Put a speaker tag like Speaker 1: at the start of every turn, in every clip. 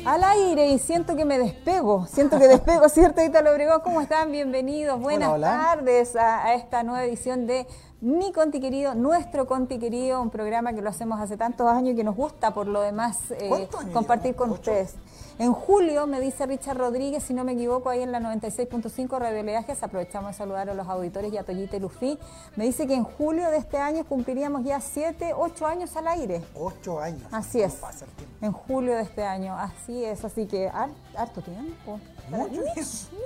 Speaker 1: Al aire y siento que me despego, ¿cierto, Ítalo Obregón? ¿Cómo están? Bienvenidos, buenas tardes a esta nueva edición de Mi Conti Querido, Nuestro Conti Querido, un programa que lo hacemos hace tantos años y que nos gusta por lo demás compartir con ustedes. En julio, me dice Richard Rodríguez, si no me equivoco, ahí en la 96.5 Radio Leajes, aprovechamos de saludar a los auditores y a Toyita y Luffy, me dice que en julio de este año cumpliríamos ya 8 años al aire.
Speaker 2: 8 años.
Speaker 1: Así es, en julio de este año, así es, así que harto tiempo.
Speaker 2: Mucho tiempo.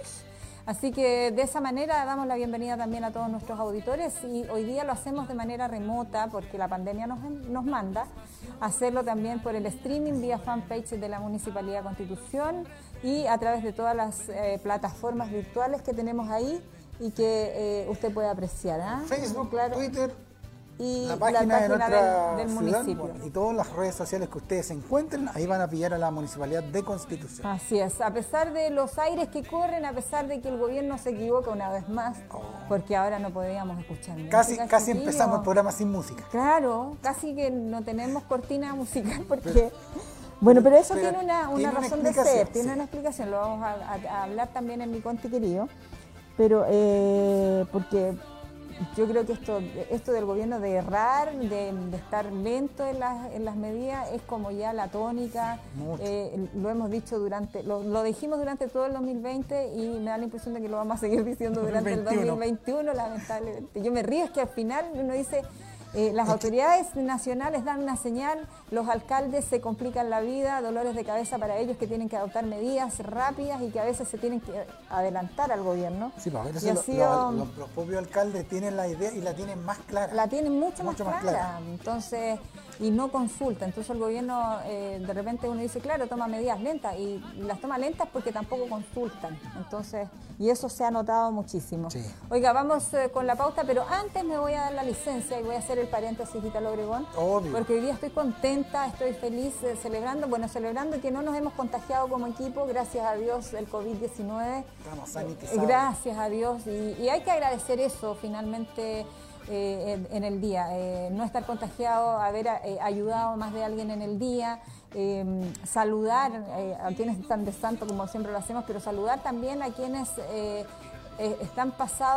Speaker 1: Así que de esa manera damos la bienvenida también a todos nuestros auditores y hoy día lo hacemos de manera remota porque la pandemia nos manda a hacerlo también por el streaming vía fanpage de la Municipalidad de Constitución y a través de todas las plataformas virtuales que tenemos ahí y que usted puede apreciar.
Speaker 2: Facebook,
Speaker 1: claro.
Speaker 2: Twitter
Speaker 1: y
Speaker 2: la página de nuestra
Speaker 1: del
Speaker 2: ciudad,
Speaker 1: municipio.
Speaker 2: Bueno, y todas las redes sociales que ustedes se encuentren, ahí van a pillar a la Municipalidad de Constitución.
Speaker 1: Así es, a pesar de los aires que corren, a pesar de que el gobierno se equivoca una vez más, porque ahora no podíamos escuchar música.
Speaker 2: Casi empezamos el programa sin música.
Speaker 1: Claro, casi que no tenemos cortina musical porque... Bueno, pero eso tiene una razón de ser, tiene una explicación, lo vamos a hablar también en Mi Conti Querido, pero porque... Yo creo que esto del gobierno de errar, de estar lento en las medidas, es como ya la tónica. Lo hemos dicho lo dijimos durante todo el 2020 y me da la impresión de que lo vamos a seguir diciendo durante el 2021, lamentablemente. Yo me río, es que al final uno dice... las autoridades nacionales dan una señal, los alcaldes se complican la vida, dolores de cabeza para ellos que tienen que adoptar medidas rápidas y que a veces se tienen que adelantar al gobierno.
Speaker 2: Sí, pero a veces los propios alcaldes tienen la idea y la tienen más clara.
Speaker 1: La tienen mucho más clara. Entonces, y no consulta. Entonces el gobierno, de repente uno dice, claro, toma medidas lentas y las toma lentas porque tampoco consultan. Entonces, y eso se ha notado muchísimo. Sí. Oiga, vamos con la pauta, pero antes me voy a dar la licencia y voy a hacer el paréntesis, Ítalo Obregón.
Speaker 2: Obvio.
Speaker 1: Porque hoy día estoy contenta, estoy feliz celebrando que no nos hemos contagiado como equipo, gracias a Dios, el COVID-19.
Speaker 2: Estamos sanitizados.
Speaker 1: Gracias a Dios. Y hay que agradecer eso finalmente. En el día, no estar contagiado, haber ayudado a más de alguien en el día, saludar a quienes están de santo como siempre lo hacemos, pero saludar también a quienes están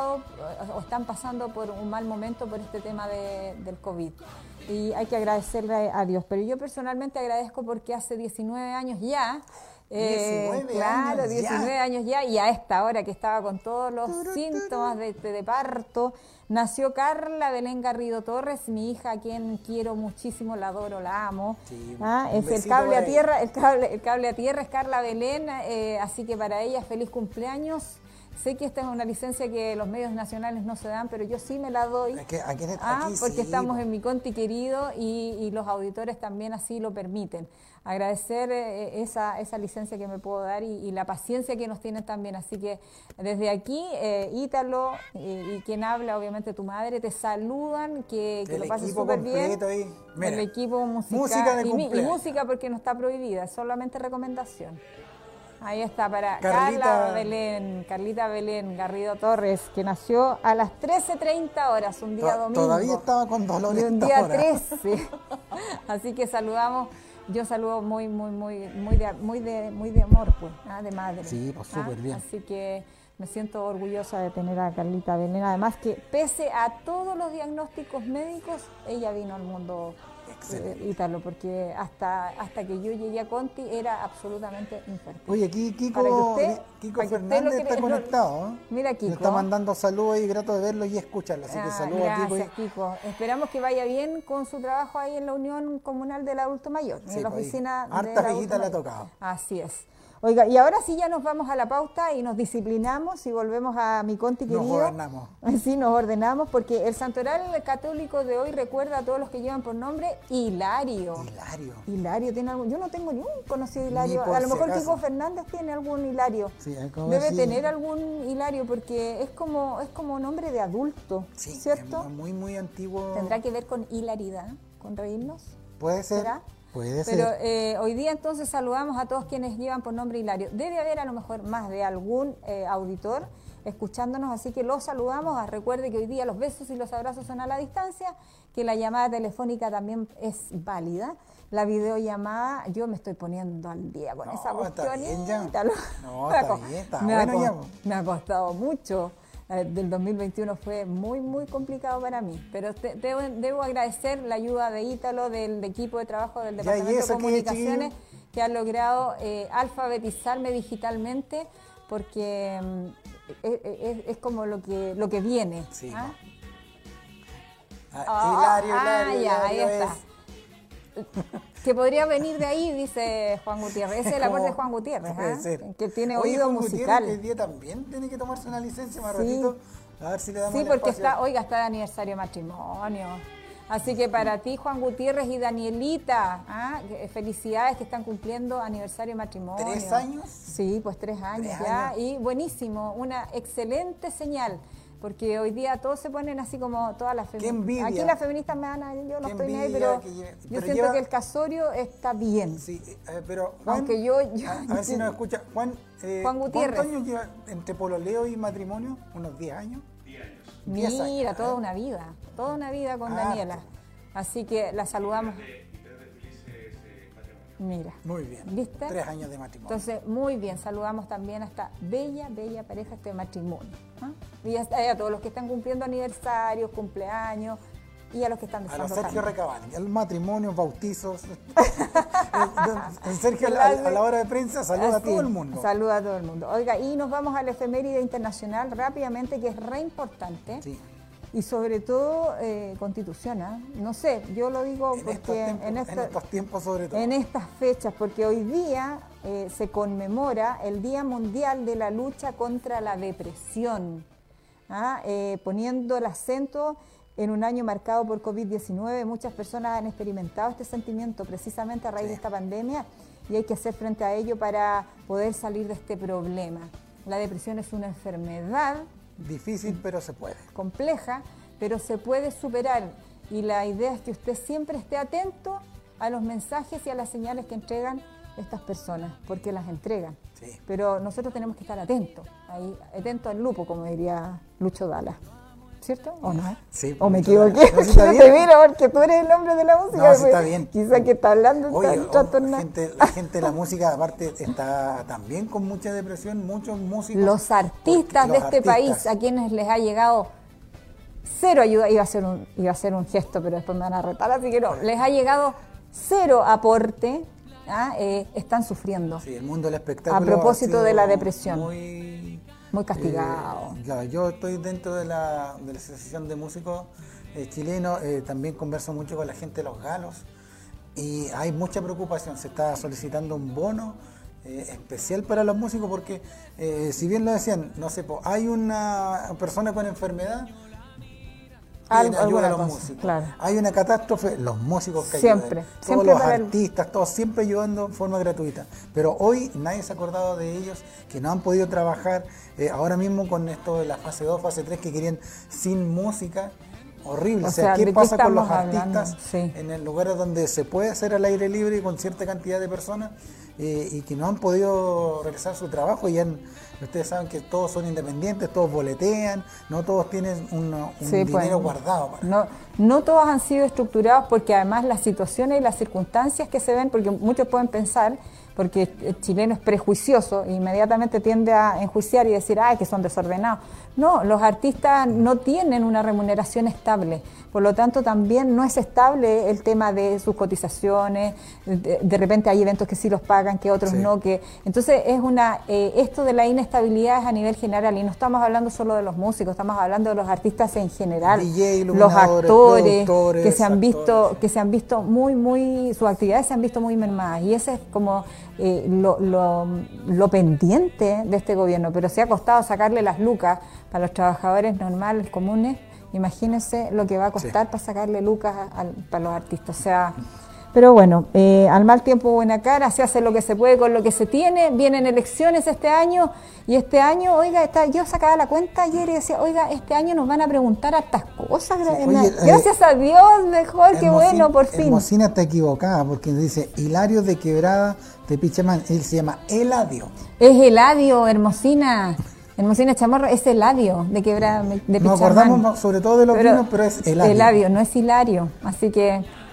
Speaker 1: pasando por un mal momento por este tema del COVID. Y hay que agradecerle a Dios, pero yo personalmente agradezco porque hace 19 años ya, 19 años ya, y a esta hora que estaba con todos los síntomas de parto, nació Carla Belén Garrido Torres, mi hija, a quien quiero muchísimo, la adoro, la amo. Sí, es el cable a tierra, el cable a tierra es Carla Belén, así que para ella feliz cumpleaños. Sé que esta es una licencia que los medios nacionales no se dan, pero yo sí me la doy, porque estamos en Mi Conti Querido y los auditores también así lo permiten. Agradecer esa licencia que me puedo dar y la paciencia que nos tienen también. Así que desde aquí, Ítalo y quien habla, obviamente tu madre, te saludan, que lo pases súper bien.
Speaker 2: Mira,
Speaker 1: el equipo
Speaker 2: música de
Speaker 1: y música porque no está prohibida, es solamente recomendación. Ahí está para Carlita Belén Garrido Torres, que nació a las 13:30 horas, un día domingo.
Speaker 2: Todavía estaba con dolores.
Speaker 1: Y un día 13. Así que saludamos, yo saludo muy de amor, pues, de madre.
Speaker 2: Sí, pues súper bien.
Speaker 1: Así que me siento orgullosa de tener a Carlita Belén. Además que pese a todos los diagnósticos médicos, ella vino al mundo. Ítalo, porque hasta que yo llegué a Conti era absolutamente infértil.
Speaker 2: Oye, aquí Kiko Fernández está conectado.
Speaker 1: Mira, Kiko.
Speaker 2: Me está mandando saludos y grato de verlo y escucharlo. Así que saludos a Kiko.
Speaker 1: Gracias, Kiko. Esperamos que vaya bien con su trabajo ahí en la Unión Comunal del Adulto Mayor, en la oficina.
Speaker 2: Harta viejita le ha tocado.
Speaker 1: Así es. Oiga, y ahora sí ya nos vamos a la pauta y nos disciplinamos y volvemos a Mi Conti Querido.
Speaker 2: Nos ordenamos.
Speaker 1: Sí, nos ordenamos porque el santoral católico de hoy recuerda a todos los que llevan por nombre Hilario. Hilario tiene algún... Yo no tengo ni un conocido Hilario. A lo mejor Kiko Fernández tiene algún Hilario.
Speaker 2: Sí,
Speaker 1: debe tener algún Hilario porque es como nombre de adulto,
Speaker 2: sí,
Speaker 1: ¿cierto?
Speaker 2: Es muy antiguo.
Speaker 1: ¿Tendrá que ver con hilaridad, con reírnos?
Speaker 2: Puede ser.
Speaker 1: ¿Será?
Speaker 2: Puede
Speaker 1: Pero
Speaker 2: ser.
Speaker 1: Hoy día entonces saludamos a todos quienes llevan por nombre Hilario. Debe haber a lo mejor más de algún auditor escuchándonos, así que los saludamos. Recuerde que hoy día los besos y los abrazos son a la distancia, que la llamada telefónica también es válida. la videollamada, yo me estoy poniendo al día con esa cuestión.
Speaker 2: Está bien ya. No, está bien, está bueno ya.
Speaker 1: Me ha costado mucho. Del 2021 fue muy, muy complicado para mí, pero debo agradecer la ayuda de Ítalo, del equipo de trabajo del Departamento de Comunicaciones, que ha logrado alfabetizarme digitalmente, porque es como lo que viene.
Speaker 2: Sí.
Speaker 1: ¿Ah?
Speaker 2: Hilario,
Speaker 1: ahí está. Que podría venir de ahí, dice Juan Gutiérrez. Ese es el aporte de Juan Gutiérrez, que tiene oído
Speaker 2: Juan
Speaker 1: musical.
Speaker 2: Gutiérrez, el día también tiene que tomarse una licencia más ratito, a ver si le damos
Speaker 1: Sí, porque
Speaker 2: espacio.
Speaker 1: está de aniversario de matrimonio. Así que para ti, Juan Gutiérrez y Danielita, felicidades, que están cumpliendo aniversario de matrimonio.
Speaker 2: ¿3 años?
Speaker 1: Sí, pues 3 años ya. Y buenísimo, una excelente señal. Porque hoy día todos se ponen así como todas las feministas. Aquí las feministas me dan, yo no estoy ni ahí, pero yo siento que el casorio está bien.
Speaker 2: Sí, pero Juan,
Speaker 1: aunque yo
Speaker 2: a ver si nos escucha. Juan
Speaker 1: Gutiérrez.
Speaker 2: ¿Cuántos años lleva entre pololeo y matrimonio? ¿Unos 10 años?
Speaker 1: 10 años. Mira, toda una vida con Daniela. Así que la saludamos. Mira.
Speaker 2: Muy bien.
Speaker 1: ¿Viste?
Speaker 2: 3 años de matrimonio.
Speaker 1: Entonces, muy bien, saludamos también a esta bella pareja, este matrimonio. Y a todos los que están cumpliendo aniversarios, cumpleaños, y a los que están
Speaker 2: deseando. A los Sergio
Speaker 1: también.
Speaker 2: Recabani, el matrimonio, bautizos. El Sergio a la hora de prensa saluda a todo el mundo.
Speaker 1: Saluda a todo el mundo. Oiga, y nos vamos al efeméride internacional rápidamente, que es re importante.
Speaker 2: Sí.
Speaker 1: Y sobre todo Constitución, no sé, yo lo digo porque
Speaker 2: en estos tiempos sobre todo.
Speaker 1: En estas fechas, porque hoy día se conmemora el Día Mundial de la Lucha contra la Depresión, poniendo el acento en un año marcado por COVID-19. Muchas personas han experimentado este sentimiento precisamente a raíz de esta pandemia, y hay que hacer frente a ello para poder salir de este problema. La depresión es una enfermedad
Speaker 2: difícil, pero se puede.
Speaker 1: Compleja, pero se puede superar. Y la idea es que usted siempre esté atento a los mensajes y a las señales que entregan estas personas, porque las entregan.
Speaker 2: Sí.
Speaker 1: Pero nosotros tenemos que estar atentos, atentos al lupo, como diría Lucho Dalla. ¿Cierto? ¿O no?
Speaker 2: Sí.
Speaker 1: ¿O me equivoqué?
Speaker 2: No, si no
Speaker 1: te miro porque tú eres el hombre de la música.
Speaker 2: No, sí está bien.
Speaker 1: Quizá que está hablando.
Speaker 2: Oye, la gente de la música, aparte, está también con mucha depresión, muchos músicos.
Speaker 1: Los artistas de este país, a quienes les ha llegado cero ayuda, iba a ser un gesto, pero después me van a retar, así que no, les ha llegado cero aporte, están sufriendo.
Speaker 2: Sí, el mundo del espectáculo.
Speaker 1: A propósito de la depresión.
Speaker 2: Muy
Speaker 1: castigado.
Speaker 2: Claro, yo estoy dentro de la Asociación de Músicos Chilenos, también converso mucho con la gente de Los Galos y hay mucha preocupación. Se está solicitando un bono especial para los músicos porque, si bien lo decían, no sé, hay una persona con enfermedad, ayuda a los músicos.
Speaker 1: Claro.
Speaker 2: Hay una catástrofe, los músicos que
Speaker 1: siempre,
Speaker 2: ayudan. Todos
Speaker 1: siempre
Speaker 2: los artistas, todos siempre ayudando de forma gratuita. Pero hoy nadie se ha acordado de ellos, que no han podido trabajar ahora mismo con esto de la fase 2, fase 3, que querían sin música. Horrible. O sea, ¿qué pasa con los artistas en el lugares donde se puede hacer al aire libre con cierta cantidad de personas y que no han podido realizar su trabajo? Ustedes saben que todos son independientes, todos boletean, no todos tienen un dinero guardado.
Speaker 1: No todos han sido estructurados, porque además las situaciones y las circunstancias que se ven, porque muchos pueden pensar, porque el chileno es prejuicioso, inmediatamente tiende a enjuiciar y decir, que son desordenados. No, los artistas no tienen una remuneración estable, por lo tanto también no es estable el tema de sus cotizaciones, de repente hay eventos que sí los pagan, que otros no, entonces es esto de la inestabilidad es a nivel general, y no estamos hablando solo de los músicos, estamos hablando de los artistas en general,
Speaker 2: DJ,
Speaker 1: los actores que se han visto sus actividades se han visto muy mermadas, y ese es como lo pendiente de este gobierno, pero se ha costado sacarle las lucas para los trabajadores normales, comunes. Imagínense lo que va a costar para sacarle lucas para los artistas. O sea, pero bueno, al mal tiempo buena cara, se hace lo que se puede con lo que se tiene. Vienen elecciones este año, y este año, oiga, yo sacaba la cuenta ayer y decía, oiga, este año nos van a preguntar hartas cosas. Gracias a Dios, mejor, qué bueno, por fin.
Speaker 2: Hermosina está equivocada, porque dice Hilario de Quebrada de Pichamán, él se llama Eladio.
Speaker 1: Es Eladio, Hermosina. Hermosina Chamorro es Eladio de Quebrada de Pichamán.
Speaker 2: Nos acordamos sobre todo de los vinos, pero es Eladio.
Speaker 1: Eladio, no es Hilario. Así que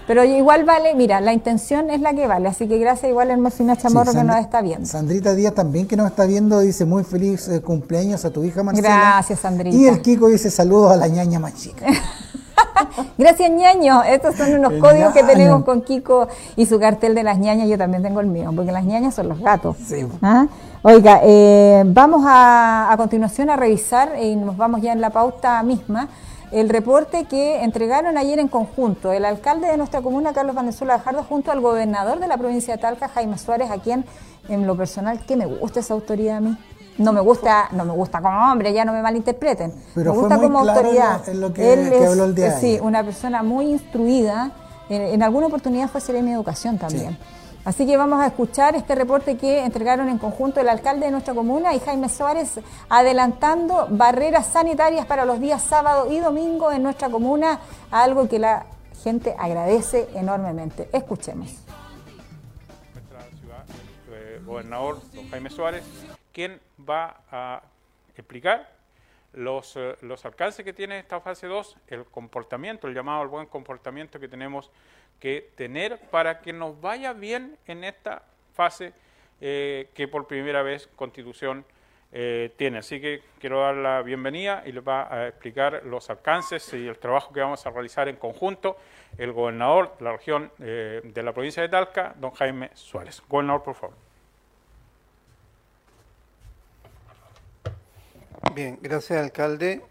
Speaker 1: Pero igual vale, mira, la intención es la que vale, así que gracias igual a Hermosina Chamorro que nos está viendo.
Speaker 2: Sandrita Díaz también que nos está viendo, dice muy feliz cumpleaños a tu hija Marcela.
Speaker 1: Gracias, Sandrita.
Speaker 2: Y el Kiko dice saludos a la ñaña más chica.
Speaker 1: Gracias, ñaño. Estos son unos códigos que tenemos con Kiko y su cartel de las ñañas. Yo también tengo el mío, porque las ñañas son los gatos.
Speaker 2: Sí.
Speaker 1: ¿Ah? Oiga, vamos a continuación a revisar, y nos vamos ya en la pauta misma, el reporte que entregaron ayer en conjunto el alcalde de nuestra comuna, Carlos Valenzuela Gajardo, junto al gobernador de la provincia de Talca, Jaime Suárez, a quien, en lo personal, que me gusta esa autoridad a mí. No me gusta como hombre, ya no me malinterpreten.
Speaker 2: Pero
Speaker 1: me gusta
Speaker 2: fue muy
Speaker 1: como
Speaker 2: claro
Speaker 1: autoridad.
Speaker 2: en lo que habló el día de
Speaker 1: Sí,
Speaker 2: ayer.
Speaker 1: una persona muy instruida. En alguna oportunidad fue Seremi de Educación también.
Speaker 2: Sí.
Speaker 1: Así que vamos a escuchar este reporte que entregaron en conjunto el alcalde de nuestra comuna y Jaime Suárez, adelantando barreras sanitarias para los días sábado y domingo en nuestra comuna, algo que la gente agradece enormemente. Escuchemos.
Speaker 3: Nuestra ciudad, el gobernador don Jaime Suárez, quien va a explicar los alcances que tiene esta fase 2, el comportamiento, el llamado al buen comportamiento que tenemos que tener para que nos vaya bien en esta fase que por primera vez Constitución tiene. Así que quiero dar la bienvenida y les va a explicar los alcances y el trabajo que vamos a realizar en conjunto el gobernador de la región de la provincia de Talca, don Jaime Suárez. Gobernador, por favor.
Speaker 4: Bien, gracias, alcalde.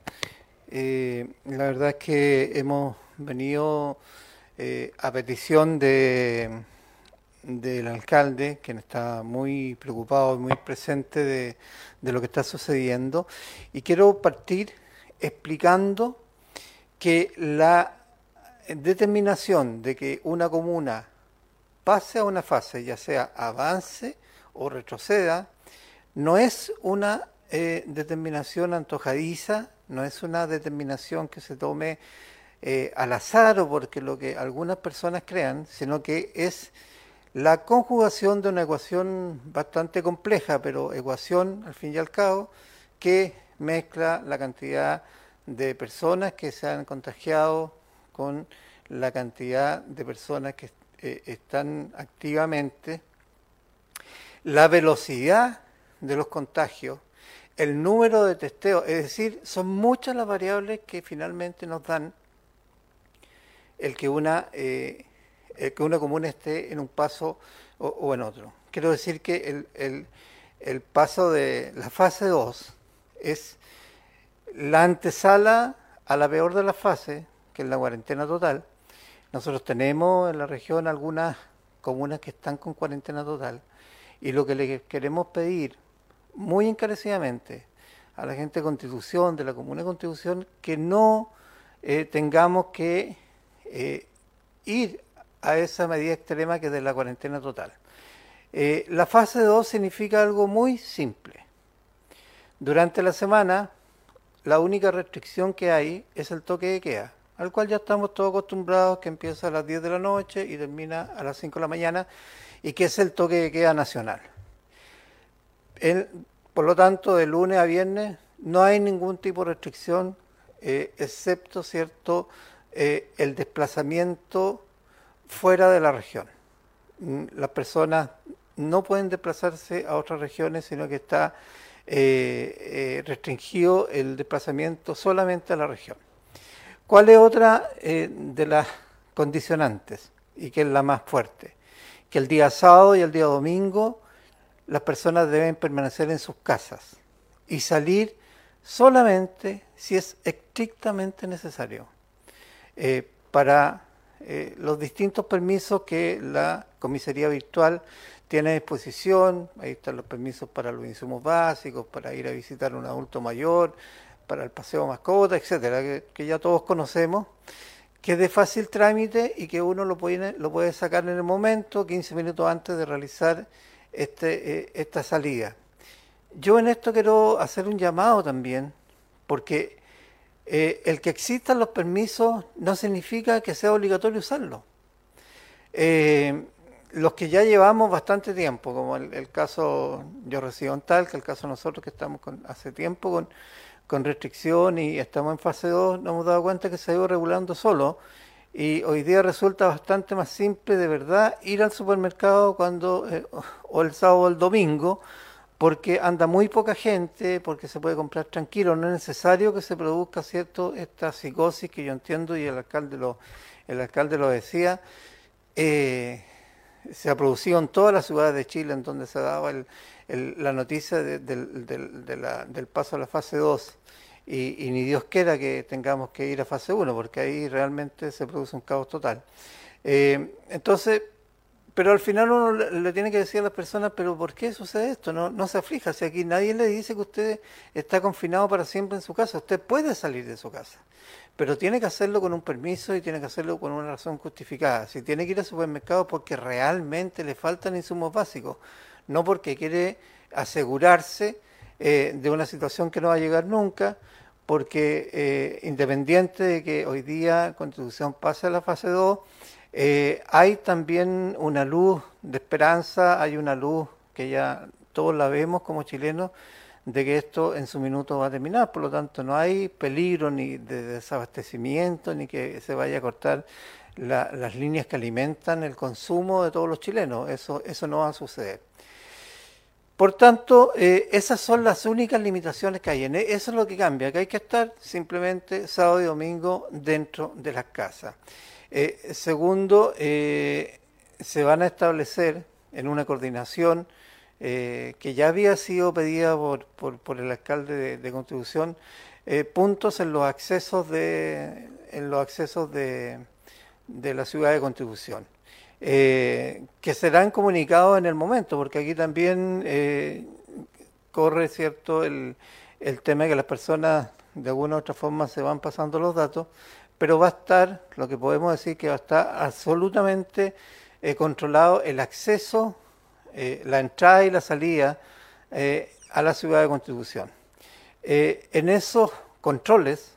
Speaker 4: La verdad es que hemos venido a petición del alcalde, quien está muy preocupado y muy presente de lo que está sucediendo, y quiero partir explicando que la determinación de que una comuna pase a una fase, ya sea avance o retroceda, no es una determinación antojadiza, no es una determinación que se tome al azar o porque lo que algunas personas crean, sino que es la conjugación de una ecuación bastante compleja, pero ecuación al fin y al cabo, que mezcla la cantidad de personas que se han contagiado con la cantidad de personas que están activamente, la velocidad de los contagios, el número de testeos, es decir, son muchas las variables que finalmente nos dan el que una comuna esté en un paso o en otro. Quiero decir que el paso de la fase 2 es la antesala a la peor de las fases, que es la cuarentena total. Nosotros tenemos en la región algunas comunas que están con cuarentena total, y lo que le queremos pedir muy encarecidamente a la gente de Constitución, de la comuna de Constitución, que no tengamos que ir a esa medida extrema que es de la cuarentena total. La fase 2 significa algo muy simple. Durante la semana, la única restricción que hay es el toque de queda, al cual ya estamos todos acostumbrados, que empieza a las 10 de la noche y termina a las 5 de la mañana, y que es el toque de queda nacional. Por lo tanto, de lunes a viernes no hay ningún tipo de restricción, excepto, ¿cierto?, el desplazamiento fuera de la región. Las personas no pueden desplazarse a otras regiones, sino que está restringido el desplazamiento solamente a la región. ¿Cuál es otra de las condicionantes, y que es la más fuerte? Que el día sábado y el día domingo las personas deben permanecer en sus casas y salir solamente si es estrictamente necesario para los distintos permisos que la comisaría virtual tiene a disposición. Ahí están los permisos para los insumos básicos, para ir a visitar a un adulto mayor, para el paseo mascota, etcétera, que ya todos conocemos, que es de fácil trámite y que uno lo puede sacar en el momento, 15 minutos antes de realizar esta salida. Yo en esto quiero hacer un llamado también, porque el que existan los permisos no significa que sea obligatorio usarlos. Los que ya llevamos bastante tiempo, como el caso, yo resido en Talca, el caso de nosotros que estamos hace tiempo con restricción y estamos en fase 2, nos hemos dado cuenta que se ha ido regulando solo, Y hoy día resulta bastante más simple, de verdad, ir al supermercado cuando o el sábado o el domingo, porque anda muy poca gente, porque se puede comprar tranquilo. No es necesario que se produzca, ¿cierto?, esta psicosis que yo entiendo, y el alcalde lo decía, se ha producido en todas las ciudades de Chile en donde se daba la noticia del paso a la fase 2. Y ni Dios quiera que tengamos que ir a fase 1, porque ahí realmente se produce un caos total. Entonces, pero al final uno le tiene que decir a las personas, pero ¿por qué sucede esto? No se aflija, si aquí nadie le dice que usted está confinado para siempre en su casa. Usted puede salir de su casa, pero tiene que hacerlo con un permiso y tiene que hacerlo con una razón justificada. Si tiene que ir al supermercado porque realmente le faltan insumos básicos, no porque quiere asegurarse de una situación que no va a llegar nunca, porque independiente de que hoy día Constitución pase a la fase 2, hay también una luz de esperanza, hay una luz que ya todos la vemos como chilenos, de que esto en su minuto va a terminar. Por lo tanto, no hay peligro ni de desabastecimiento, ni que se vaya a cortar las líneas que alimentan el consumo de todos los chilenos. Eso no va a suceder. Por tanto, esas son las únicas limitaciones que hay. Eso es lo que cambia, que hay que estar simplemente sábado y domingo dentro de las casas. Segundo, se van a establecer en una coordinación que ya había sido pedida por el alcalde de Constitución, puntos en los accesos de la ciudad de Constitución, que serán comunicados en el momento, porque aquí también corre, ¿cierto?, el tema de que las personas de alguna u otra forma se van pasando los datos, pero va a estar, lo que podemos decir que va a estar absolutamente controlado el acceso, la entrada y la salida a la ciudad de Constitución. En esos controles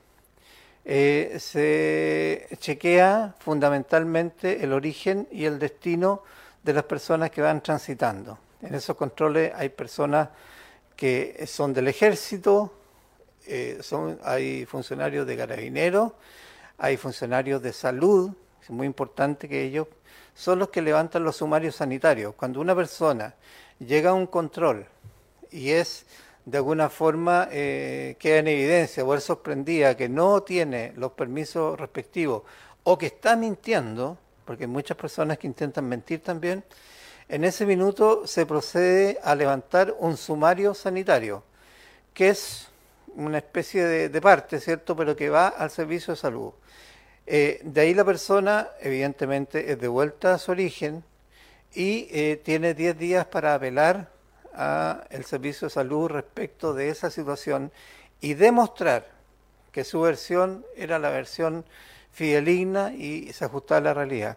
Speaker 4: se chequea fundamentalmente el origen y el destino de las personas que van transitando. En esos controles hay personas que son del ejército, hay funcionarios de carabineros, hay funcionarios de salud. Es muy importante que ellos son los que levantan los sumarios sanitarios. Cuando una persona llega a un control y es de alguna forma queda en evidencia o es sorprendida que no tiene los permisos respectivos o que está mintiendo, porque hay muchas personas que intentan mentir también, en ese minuto se procede a levantar un sumario sanitario, que es una especie de parte, ¿cierto?, pero que va al servicio de salud. De ahí la persona, evidentemente, es devuelta a su origen y tiene 10 días para apelar al servicio de salud respecto de esa situación y demostrar que su versión era la versión fidedigna y se ajustaba a la realidad.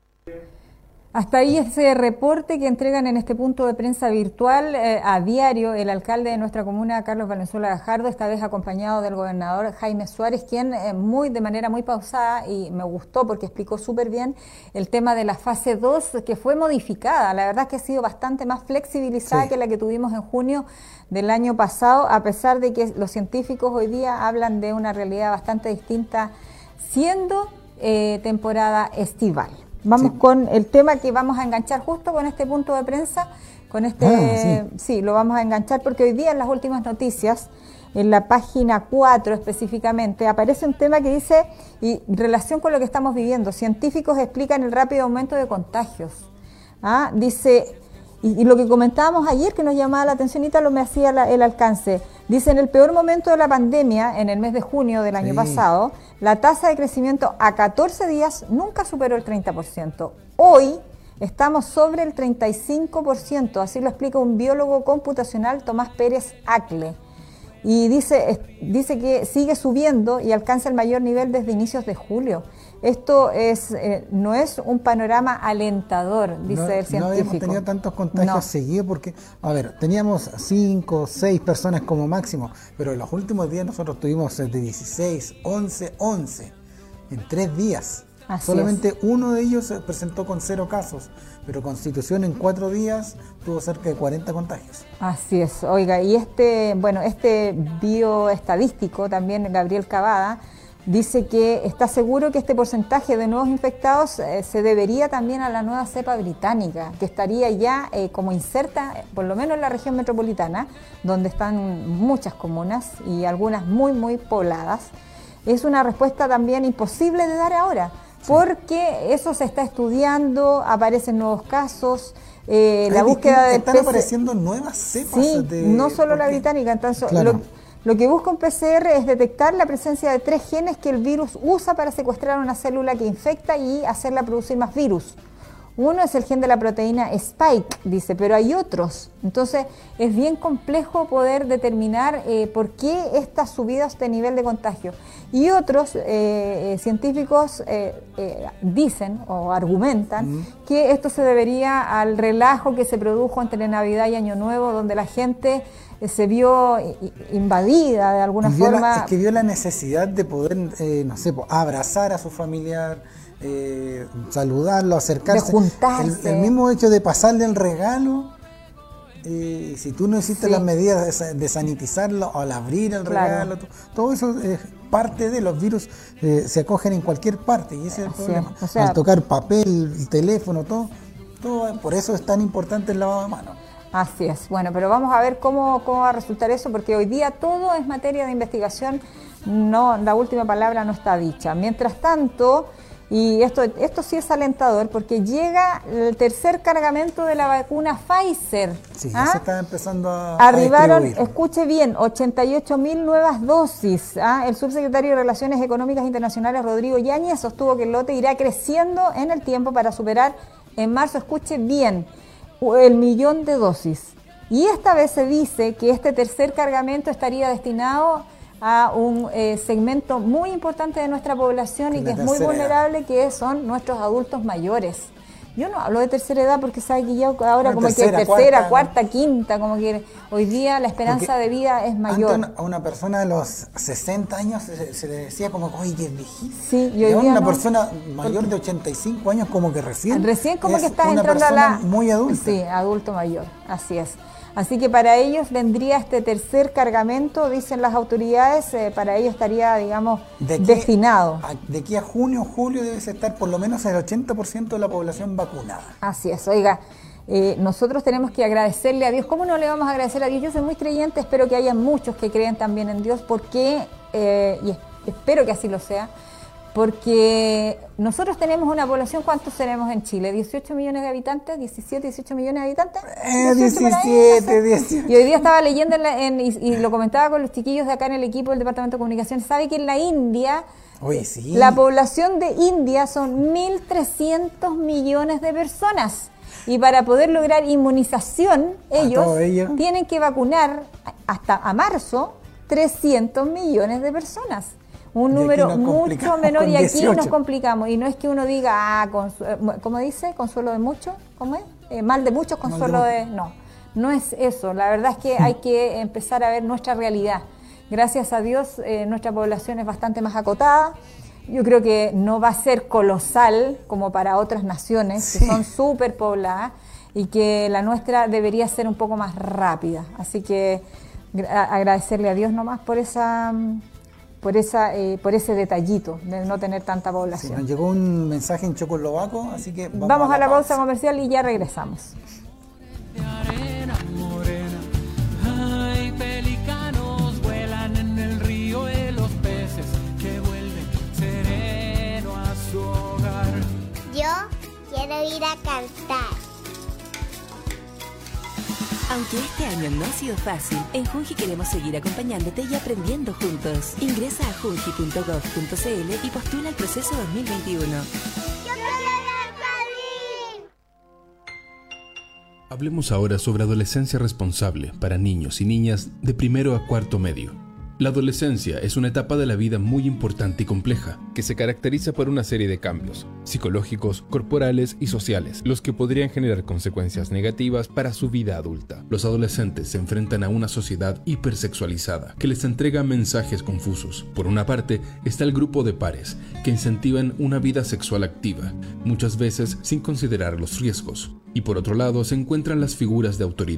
Speaker 1: Hasta ahí ese reporte que entregan en este punto de prensa virtual a diario el alcalde de nuestra comuna, Carlos Valenzuela Gajardo, esta vez acompañado del gobernador Jaime Suárez, quien de manera muy pausada, y me gustó porque explicó súper bien el tema de la fase 2, que fue modificada. La verdad es que ha sido bastante más flexibilizada que la que tuvimos en junio del año pasado, a pesar de que los científicos hoy día hablan de una realidad bastante distinta, siendo temporada estival. Vamos con el tema que vamos a enganchar justo con este punto de prensa, con sí, lo vamos a enganchar porque hoy día en las últimas noticias, en la página 4 específicamente, aparece un tema que dice, y en relación con lo que estamos viviendo, científicos explican el rápido aumento de contagios. Dice, y lo que comentábamos ayer que nos llamaba la atención, Ítalo me hacía el alcance, dice, en el peor momento de la pandemia, en el mes de junio del año pasado, la tasa de crecimiento a 14 días nunca superó el 30%. Hoy estamos sobre el 35%, así lo explica un biólogo computacional, Tomás Pérez Acle. Y dice que sigue subiendo y alcanza el mayor nivel desde inicios de julio. Esto no es un panorama alentador, dice el científico.
Speaker 2: No habíamos tenido tantos contagios seguidos porque, a ver, teníamos 5 o 6 personas como máximo, pero en los últimos días nosotros tuvimos de 16, 11 en 3 días. Solamente uno de ellos se presentó con 0 casos, pero Constitución en 4 días tuvo cerca de 40 contagios.
Speaker 1: Así es, oiga, y este bioestadístico también, Gabriel Cavada, dice que está seguro que este porcentaje de nuevos infectados se debería también a la nueva cepa británica, que estaría ya como inserta, por lo menos en la región metropolitana, donde están muchas comunas y algunas muy, muy pobladas. Es una respuesta también imposible de dar ahora, porque eso se está estudiando, aparecen nuevos casos. La búsqueda de
Speaker 2: están apareciendo nuevas cepas.
Speaker 1: No solo la británica, entonces
Speaker 2: claro.
Speaker 1: Lo que busca un PCR es detectar la presencia de 3 genes que el virus usa para secuestrar una célula que infecta y hacerla producir más virus. Uno es el gen de la proteína Spike, dice, pero hay otros. Entonces es bien complejo poder determinar por qué estas subidas de nivel de contagio. Y otros científicos dicen o argumentan que esto se debería al relajo que se produjo entre Navidad y Año Nuevo, donde la gente se vio invadida de alguna forma.
Speaker 2: Es que vio la necesidad de poder, no sé, abrazar a su familiar, saludarlo, acercarse.
Speaker 1: De juntarse.
Speaker 2: El mismo hecho de pasarle el regalo, si tú no hiciste las medidas de sanitizarlo al abrir el regalo, todo eso es parte de los virus, se acogen en cualquier parte y ese es el problema. O sea, al tocar papel, el teléfono, todo, por eso es tan importante el lavado de manos.
Speaker 1: Así es. Bueno, pero vamos a ver cómo va a resultar eso, porque hoy día todo es materia de investigación, no, la última palabra no está dicha. Mientras tanto, y esto sí es alentador, porque llega el tercer cargamento de la vacuna Pfizer.
Speaker 2: Sí, ya se está empezando a
Speaker 1: arribaron,
Speaker 2: distribuir.
Speaker 1: Escuche bien, 88.000 nuevas dosis. El subsecretario de Relaciones Económicas Internacionales, Rodrigo Yáñez, sostuvo que el lote irá creciendo en el tiempo para superar en marzo, escuche bien, el 1.000.000 de dosis. Y esta vez se dice que este tercer cargamento estaría destinado a un segmento muy importante de nuestra población y que es muy vulnerable, que son nuestros adultos mayores. Yo no hablo de tercera edad porque sabe que ya ahora como
Speaker 2: tercera,
Speaker 1: que tercera, cuarta, quinta, como que hoy día la esperanza de vida es mayor.
Speaker 2: Antes a una persona de los 60 años se le decía como, oye, que es viejita.
Speaker 1: Sí, y
Speaker 2: hoy
Speaker 1: hoy
Speaker 2: día
Speaker 1: una
Speaker 2: persona mayor de 85 años como que recién
Speaker 1: como que estás
Speaker 2: una
Speaker 1: entrando a
Speaker 2: persona
Speaker 1: la...
Speaker 2: muy adulta.
Speaker 1: Sí, adulto mayor, así es. Así que para ellos vendría este tercer cargamento, dicen las autoridades, para ellos estaría, digamos, destinado.
Speaker 2: De aquí a junio, julio debe estar por lo menos el 80% de la población vacunada.
Speaker 1: Así es, oiga, nosotros tenemos que agradecerle a Dios. ¿Cómo no le vamos a agradecer a Dios? Yo soy muy creyente, espero que haya muchos que creen también en Dios, porque, y espero que así lo sea, porque nosotros tenemos una población, ¿cuántos tenemos en Chile? ¿18 millones de habitantes? ¿17, 18 millones de habitantes?
Speaker 2: 18.
Speaker 1: Y hoy día estaba leyendo y lo comentaba con los chiquillos de acá en el equipo del Departamento de Comunicación. ¿Sabe que en la India, la población de India son 1.300 millones de personas? Y para poder lograr inmunización, ellos tienen que vacunar hasta a marzo 300 millones de personas. Un número mucho menor, y aquí nos complicamos. Y no es que uno diga, ¿cómo dice? Consuelo de muchos, ¿cómo es? Mal de muchos, consuelo de... No es eso. La verdad es que hay que empezar a ver nuestra realidad. Gracias a Dios, nuestra población es bastante más acotada. Yo creo que no va a ser colosal como para otras naciones que son súper pobladas, y que la nuestra debería ser un poco más rápida. Así que agradecerle a Dios nomás por ese detallito de no tener tanta población.
Speaker 2: Sí, nos llegó un mensaje en chocoslovaco, así que
Speaker 1: vamos a la pausa comercial y ya regresamos.
Speaker 5: Hay pelicanos, vuelan en el río de los peces que vuelven sereno a su hogar.
Speaker 6: Yo quiero ir a cantar.
Speaker 7: Aunque este año no ha sido fácil, en Junji queremos seguir acompañándote y aprendiendo juntos. Ingresa a junji.gov.cl y postula al proceso 2021.
Speaker 6: ¡Yo quiero ir al jardín!
Speaker 8: Hablemos ahora sobre adolescencia responsable para niños y niñas de primero a cuarto medio. La adolescencia es una etapa de la vida muy importante y compleja, que se caracteriza por una serie de cambios psicológicos, corporales y sociales, los que podrían generar consecuencias negativas para su vida adulta. Los adolescentes se enfrentan a una sociedad hipersexualizada que les entrega mensajes confusos. Por una parte está el grupo de pares, que incentivan una vida sexual activa, muchas veces sin considerar los riesgos. Y por otro lado se encuentran las figuras de autoridad,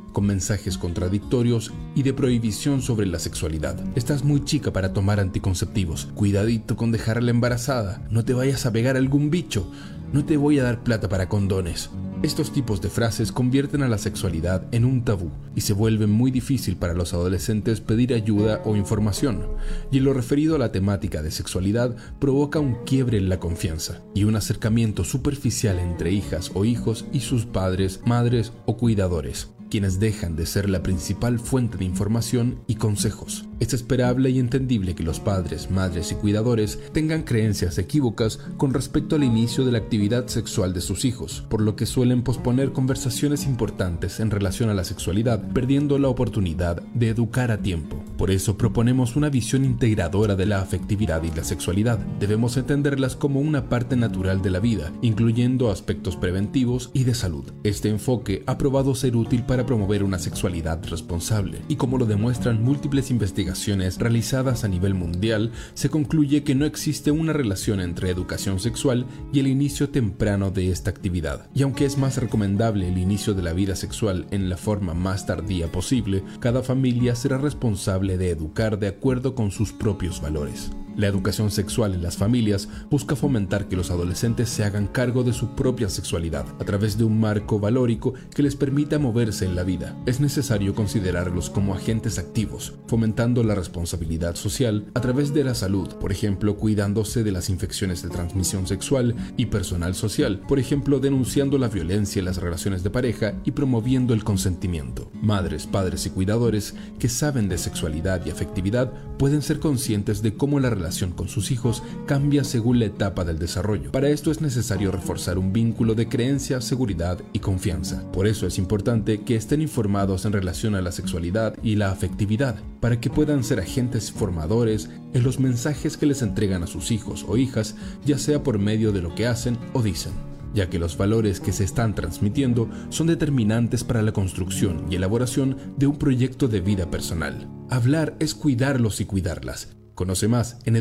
Speaker 8: con mensajes contradictorios y de prohibición sobre la sexualidad. Estás muy chica para tomar anticonceptivos. Cuidadito con dejarla embarazada. No te vayas a pegar a algún bicho. No te voy a dar plata para condones. Estos tipos de frases convierten a la sexualidad en un tabú y se vuelve muy difícil para los adolescentes pedir ayuda o información. Y en lo referido a la temática de sexualidad, provoca un quiebre en la confianza y un acercamiento superficial entre hijas o hijos y sus padres, madres o cuidadores, quienes dejan de ser la principal fuente de información y consejos. Es esperable y entendible que los padres, madres y cuidadores tengan creencias equívocas con respecto al inicio de la actividad sexual de sus hijos, por lo que suelen posponer conversaciones importantes en relación a la sexualidad, perdiendo la oportunidad de educar a tiempo. Por eso proponemos una visión integradora de la afectividad y la sexualidad. Debemos entenderlas como una parte natural de la vida, incluyendo aspectos preventivos y de salud. Este enfoque ha probado ser útil para promover una sexualidad responsable, y como lo demuestran múltiples investigaciones realizadas a nivel mundial, se concluye que no existe una relación entre educación sexual y el inicio temprano de esta actividad. Y aunque es más recomendable el inicio de la vida sexual en la forma más tardía posible, cada familia será responsable de educar de acuerdo con sus propios valores. La educación sexual en las familias busca fomentar que los adolescentes se hagan cargo de su propia sexualidad a través de un marco valórico que les permita moverse en la vida. Es necesario considerarlos como agentes activos, fomentando la responsabilidad social a través de la salud, por ejemplo, cuidándose de las infecciones de transmisión sexual y personal social, por ejemplo, denunciando la violencia en las relaciones de pareja y promoviendo el consentimiento. Madres, padres y cuidadores que saben de sexualidad y afectividad pueden ser conscientes de cómo la relación con sus hijos cambia según la etapa del desarrollo. Para esto es necesario reforzar un vínculo de creencia, seguridad y confianza. Por eso es importante que estén informados en relación a la sexualidad y la afectividad, para que puedan ser agentes formadores en los mensajes que les entregan a sus hijos o hijas, ya sea por medio de lo que hacen o dicen, ya que los valores que se están transmitiendo son determinantes para la construcción y elaboración de un proyecto de vida personal. Hablar es cuidarlos y cuidarlas. Conoce más en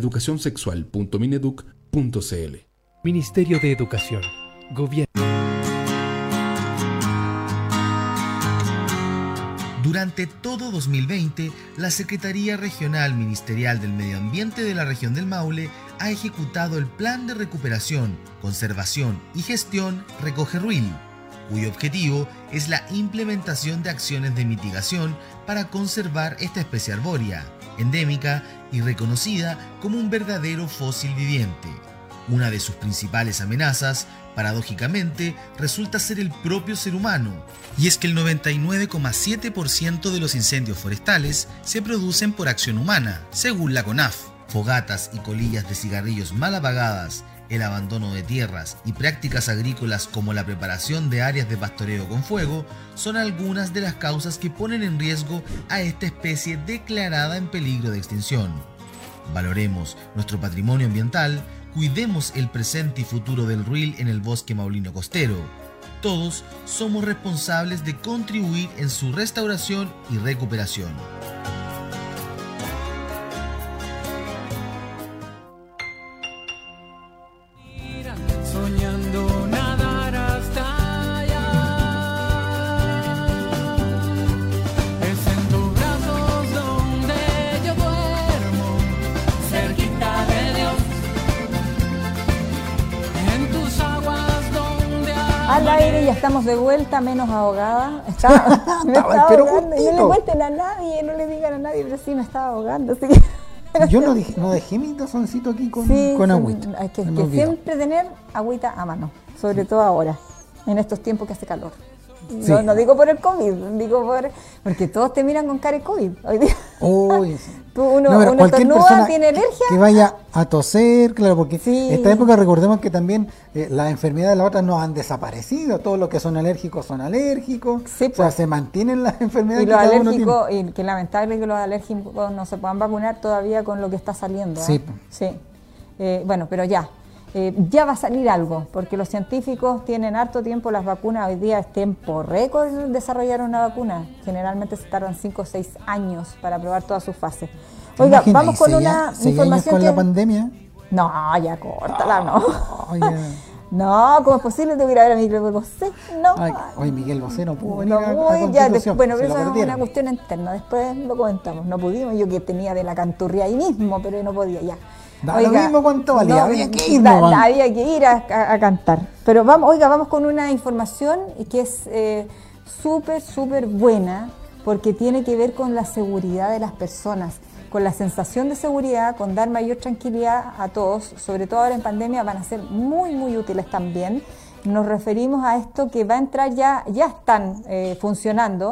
Speaker 8: educacionsexual.mineduc.cl.
Speaker 9: Ministerio de Educación, Gobierno.
Speaker 10: Durante todo 2020, la Secretaría Regional Ministerial del Medio Ambiente de la región del Maule ha ejecutado el Plan de Recuperación, Conservación y Gestión Recoge Ruil, cuyo objetivo es la implementación de acciones de mitigación para conservar esta especie arbórea, endémica y reconocida como un verdadero fósil viviente. Una de sus principales amenazas, paradójicamente, resulta ser el propio ser humano, y es que el 99,7% de los incendios forestales se producen por acción humana, según la CONAF. Fogatas y colillas de cigarrillos mal apagadas, el abandono de tierras y prácticas agrícolas como la preparación de áreas de pastoreo con fuego son algunas de las causas que ponen en riesgo a esta especie declarada en peligro de extinción. Valoremos nuestro patrimonio ambiental, cuidemos el presente y futuro del ruil en el bosque maulino costero. Todos somos responsables de contribuir en su restauración y recuperación.
Speaker 5: Soñando nadar hasta allá. Es en tus brazos donde yo duermo, cerquita de Dios. En tus aguas donde
Speaker 1: al aire ya estamos de vuelta, menos ahogada. Me estaba ahogando. Y no le cuenten a nadie, no le digan a nadie, pero sí me estaba ahogando. Así que...
Speaker 2: Yo no dejé mi tazoncito aquí con agüita.
Speaker 1: Hay que siempre tener agüita a mano, sobre todo ahora, en estos tiempos que hace calor. Sí. No digo por el COVID, digo porque todos te miran con cara de COVID hoy día.
Speaker 2: Uy, sí.
Speaker 1: Uno estornuda, tiene alergia.
Speaker 2: Que vaya a toser, claro, porque esta época recordemos que también las enfermedades de las otras no han desaparecido. Todos los que son alérgicos. Sí, o sea, se mantienen las enfermedades.
Speaker 1: Y los alérgicos, y que lamentable que los alérgicos no se puedan vacunar todavía con lo que está saliendo. Sí. Bueno, pero ya va a salir algo, porque los científicos tienen harto tiempo. Las vacunas hoy día es tiempo récord desarrollar una vacuna. Generalmente se tardan 5 o 6 años para probar todas sus fases. Oiga, vamos con una información
Speaker 2: con la pandemia.
Speaker 1: No, ya córtala, no. No, ¿cómo es posible? Tengo que ir a ver a Miguel Bosé. No.
Speaker 2: Ay, oye, Miguel Bosé no pudo venir
Speaker 1: No,
Speaker 2: a
Speaker 1: ya,
Speaker 2: Constitución.
Speaker 1: bueno,
Speaker 2: se
Speaker 1: pero
Speaker 2: lo
Speaker 1: eso es
Speaker 2: perdieron.
Speaker 1: una cuestión interna. Después lo comentamos. No pudimos. Yo que tenía de la canturria ahí mismo, pero no podía ya.
Speaker 2: Da lo mismo cuánto valía, había que ir, no,
Speaker 1: había que ir a cantar. Pero vamos, oiga, vamos con una información que es súper buena, porque tiene que ver con la seguridad de las personas, con la sensación de seguridad, con dar mayor tranquilidad a todos, sobre todo ahora en pandemia van a ser muy útiles también. Nos referimos a esto que va a entrar ya están funcionando.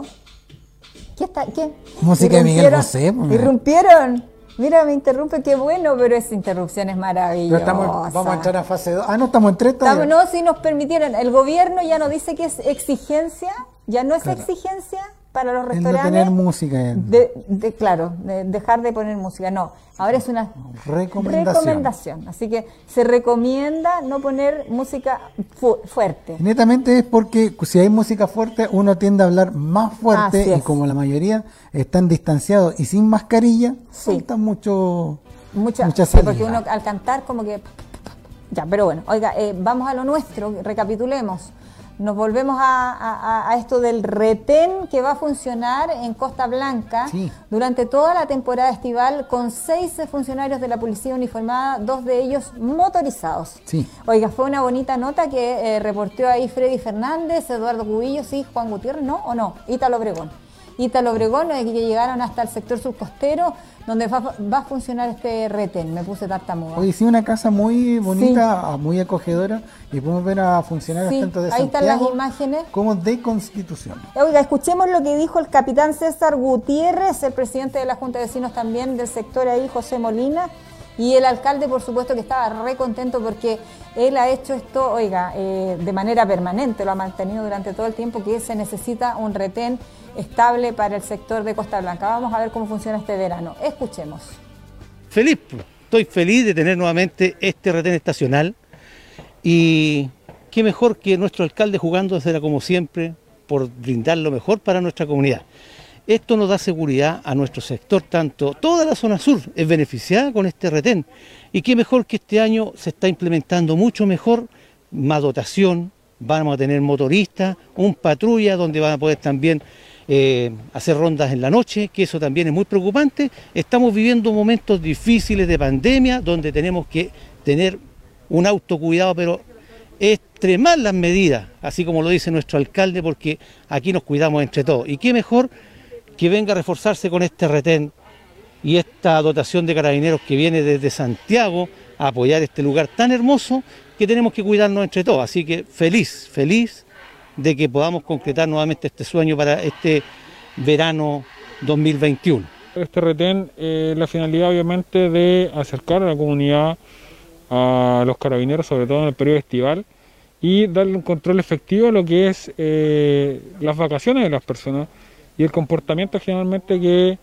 Speaker 1: ¿Qué?
Speaker 2: Música de Miguel Bosé.
Speaker 1: Irrumpieron. Mira, me interrumpe, qué bueno, pero esa interrupción es maravillosa.
Speaker 2: Vamos a entrar a fase 2. Ah, no, estamos en 3 todavía.
Speaker 1: No, si nos permitieran. El gobierno ya no dice que es exigencia, ya no es exigencia para los restaurantes.
Speaker 2: El no tener música.
Speaker 1: Claro, dejar de poner música. No, ahora es una
Speaker 2: recomendación.
Speaker 1: Así que se recomienda no poner música fuerte.
Speaker 2: Netamente es porque si hay música fuerte, uno tiende a hablar más fuerte y como la mayoría están distanciados y sin mascarilla, falta mucha salida.
Speaker 1: Porque uno al cantar como que... Ya, pero bueno, oiga, vamos a lo nuestro, recapitulemos. Nos volvemos a esto del retén que va a funcionar en Costa Blanca durante toda la temporada estival con 6 funcionarios de la policía uniformada, 2 de ellos motorizados.
Speaker 2: Sí.
Speaker 1: Oiga, fue una bonita nota que reportó ahí Freddy Fernández, Eduardo Cubillos y Juan Gutiérrez, ¿no? ¿O no? Ítalo Obregón, que llegaron hasta el sector subcostero donde va a funcionar este retén. Me puse tartamuda.
Speaker 2: Hoy sí, una casa muy bonita, muy acogedora, y podemos ver a funcionarios tanto de
Speaker 1: ahí
Speaker 2: Santiago
Speaker 1: están las imágenes
Speaker 2: como de Constitución.
Speaker 1: Oiga, escuchemos lo que dijo el capitán César Gutiérrez, el presidente de la Junta de Vecinos también del sector ahí, José Molina, y el alcalde, por supuesto, que estaba re contento porque él ha hecho esto, oiga, de manera permanente, lo ha mantenido durante todo el tiempo, que se necesita un retén estable para el sector de Costa Blanca. Vamos a ver cómo funciona este verano. Escuchemos.
Speaker 11: Feliz, estoy feliz de tener nuevamente este retén estacional y qué mejor que nuestro alcalde jugándosela como siempre por brindar lo mejor para nuestra comunidad. Esto nos da seguridad a nuestro sector, tanto toda la zona sur es beneficiada con este retén y qué mejor que este año se está implementando mucho mejor, más dotación, vamos a tener motoristas, un patrulla donde van a poder también hacer rondas en la noche, que eso también es muy preocupante. Estamos viviendo momentos difíciles de pandemia donde tenemos que tener un autocuidado, pero extremar las medidas, así como lo dice nuestro alcalde, porque aquí nos cuidamos entre todos. Y qué mejor que venga a reforzarse con este retén y esta dotación de carabineros que viene desde Santiago a apoyar este lugar tan hermoso que tenemos que cuidarnos entre todos. Así que feliz de que podamos concretar nuevamente este sueño para este verano 2021.
Speaker 3: Este retén, la finalidad obviamente de acercar a la comunidad a los carabineros, sobre todo en el periodo estival, y darle un control efectivo a lo que es las vacaciones de las personas y el comportamiento generalmente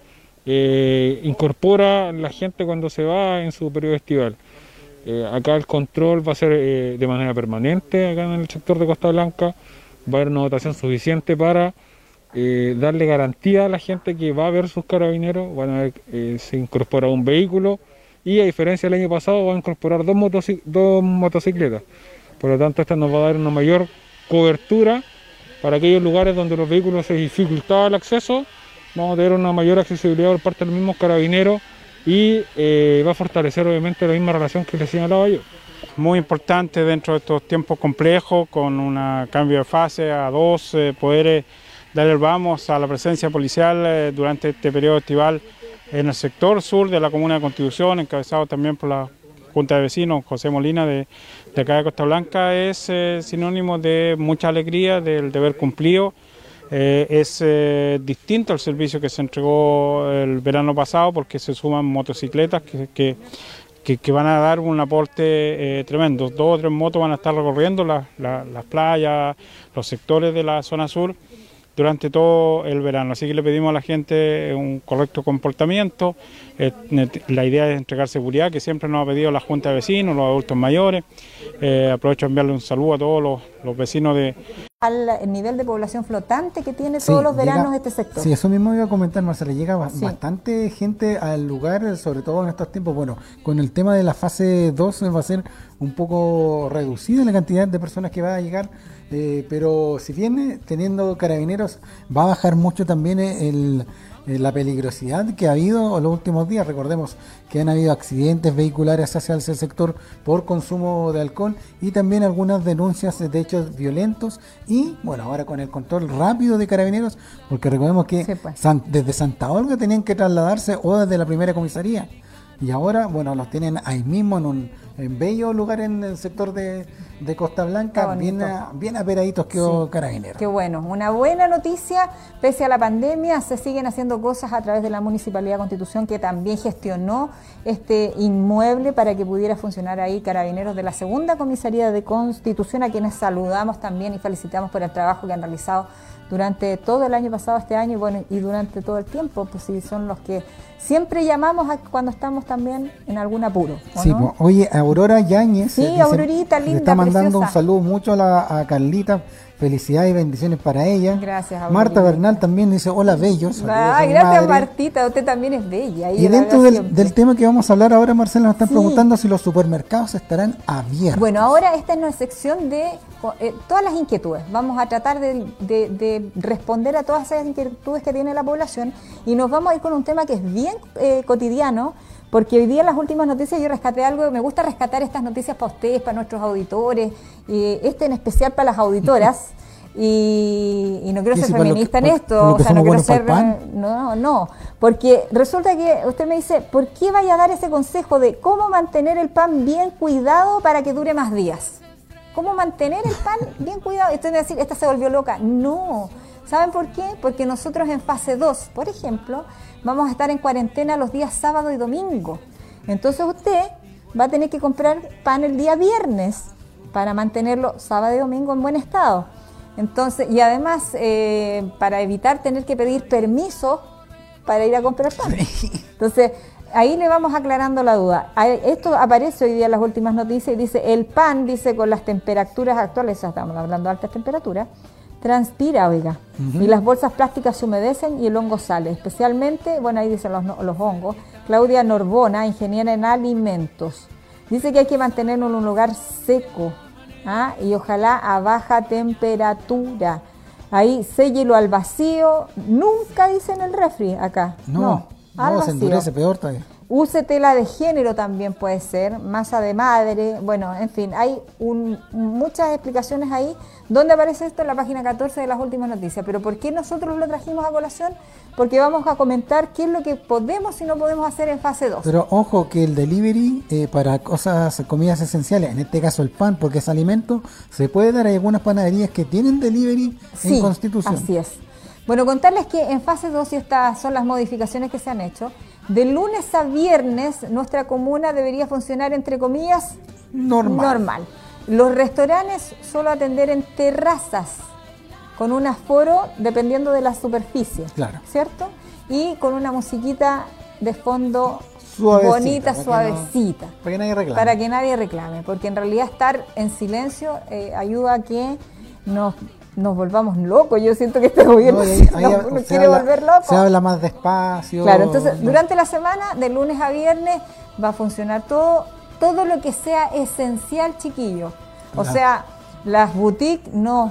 Speaker 3: que incorpora la gente cuando se va en su periodo estival. Acá el control va a ser de manera permanente, acá en el sector de Costa Blanca, va a haber una dotación suficiente para darle garantía a la gente que va a ver sus carabineros, se incorpora un vehículo y a diferencia del año pasado va a incorporar dos motocicletas. Por lo tanto, esta nos va a dar una mayor cobertura para aquellos lugares donde los vehículos se dificultaba el acceso. Vamos a tener una mayor accesibilidad por parte de los mismos carabineros y va a fortalecer obviamente la misma relación que les señalaba yo. Muy importante dentro de estos tiempos complejos, con un cambio de fase a 2, poder dar el vamos a la presencia policial durante este periodo estival en el sector sur de la Comuna de Constitución, encabezado también por la Junta de Vecinos, José Molina, de acá de Costa Blanca. Es sinónimo de mucha alegría, del deber cumplido. Es distinto al servicio que se entregó el verano pasado porque se suman motocicletas que van a dar un aporte tremendo. 2 o 3 motos van a estar recorriendo las playas, los sectores de la zona sur durante todo el verano. Así que le pedimos a la gente un correcto comportamiento. La idea es entregar seguridad, que siempre nos ha pedido la Junta de Vecinos, los adultos mayores. Aprovecho a enviarle un saludo a todos los vecinos de
Speaker 1: el nivel de población flotante que tiene todos los veranos este sector.
Speaker 2: Sí, eso mismo iba a comentar, Marcela, llega bastante gente al lugar, sobre todo en estos tiempos. Bueno, con el tema de la fase 2 va a ser un poco reducida la cantidad de personas que va a llegar, pero si viene teniendo carabineros, va a bajar mucho también la peligrosidad que ha habido en los últimos días. Recordemos que han habido accidentes vehiculares hacia el sector por consumo de alcohol y también algunas denuncias de hechos violentos y bueno, ahora con el control rápido de carabineros, porque recordemos que desde Santa Olga tenían que trasladarse o desde la primera comisaría y ahora bueno, los tienen ahí mismo en un bello lugar en el sector de Costa Blanca, bien aperaditos quedó Carabineros.
Speaker 1: Qué bueno, una buena noticia, pese a la pandemia se siguen haciendo cosas a través de la Municipalidad de Constitución, que también gestionó este inmueble para que pudiera funcionar ahí Carabineros de la segunda comisaría de Constitución, a quienes saludamos también y felicitamos por el trabajo que han realizado durante todo el año pasado, este año, y bueno, y durante todo el tiempo, pues sí, son los que siempre llamamos cuando estamos también en algún apuro.
Speaker 2: Sí,
Speaker 1: ¿no?
Speaker 2: Pues, oye, Aurora Yáñez.
Speaker 1: Sí, Aurorita, linda,
Speaker 2: le está mandando
Speaker 1: preciosa.
Speaker 2: un saludo mucho a Carlita. Felicidades y bendiciones para ella.
Speaker 1: Gracias, Aurorita.
Speaker 2: Marta Bernal también dice, hola, bellos.
Speaker 1: Gracias, Martita, usted también es bella.
Speaker 2: Y dentro del tema que vamos a hablar ahora, Marcela, nos están preguntando si los supermercados estarán abiertos.
Speaker 1: Bueno, ahora esta es nuestra sección de todas las inquietudes. Vamos a tratar de responder a todas esas inquietudes que tiene la población y nos vamos a ir con un tema que es bien cotidiano, porque hoy día en las últimas noticias yo rescaté algo, me gusta rescatar estas noticias para ustedes, para nuestros auditores, en especial para las auditoras, y no quiero ser feminista en esto, o sea, no quiero ser... No, porque resulta que usted me dice, ¿por qué vaya a dar ese consejo de cómo mantener el pan bien cuidado para que dure más días? ¿Cómo mantener el pan bien cuidado? Esto es decir, esta se volvió loca. No. ¿Saben por qué? Porque nosotros en fase 2, por ejemplo, vamos a estar en cuarentena los días sábado y domingo. Entonces usted va a tener que comprar pan el día viernes para mantenerlo sábado y domingo en buen estado. Entonces, y además, para evitar tener que pedir permiso para ir a comprar pan. Entonces, ahí le vamos aclarando la duda. Esto aparece hoy día en las últimas noticias y dice, el pan, dice, con las temperaturas actuales, ya estamos hablando de altas temperaturas, transpira, oiga, y las bolsas plásticas se humedecen y el hongo sale, especialmente, bueno, ahí dicen los hongos. Claudia Norbona, ingeniera en alimentos, dice que hay que mantenerlo en un lugar seco, y ojalá a baja temperatura. Ahí, séllelo al vacío, nunca dicen el refri acá. No,
Speaker 2: se endurece peor todavía.
Speaker 1: Use tela de género también puede ser, masa de madre, bueno, en fin, hay muchas explicaciones ahí. ¿Dónde aparece esto? En la página 14 de las últimas noticias. ¿Pero por qué nosotros lo trajimos a colación? Porque vamos a comentar qué es lo que podemos y no podemos hacer en fase 2.
Speaker 2: Pero ojo que el delivery para comidas esenciales, en este caso el pan, porque es alimento, se puede dar. Hay algunas panaderías que tienen delivery en Constitución.
Speaker 1: Así es. Bueno, contarles que en fase 2, y estas son las modificaciones que se han hecho, de lunes a viernes nuestra comuna debería funcionar, entre comillas, normal. Los restaurantes solo atender en terrazas, con un aforo dependiendo de la superficie, ¿cierto? Y con una musiquita de fondo bonita, suavecita.
Speaker 2: Para que nadie reclame.
Speaker 1: Para que nadie reclame, porque en realidad estar en silencio ayuda a que nos volvamos locos. Yo siento que este gobierno nos quiere volver locos.
Speaker 2: Se habla más despacio.
Speaker 1: Claro, entonces durante la semana, de lunes a viernes, va a funcionar todo lo que sea esencial, chiquillo. O sea, las boutiques no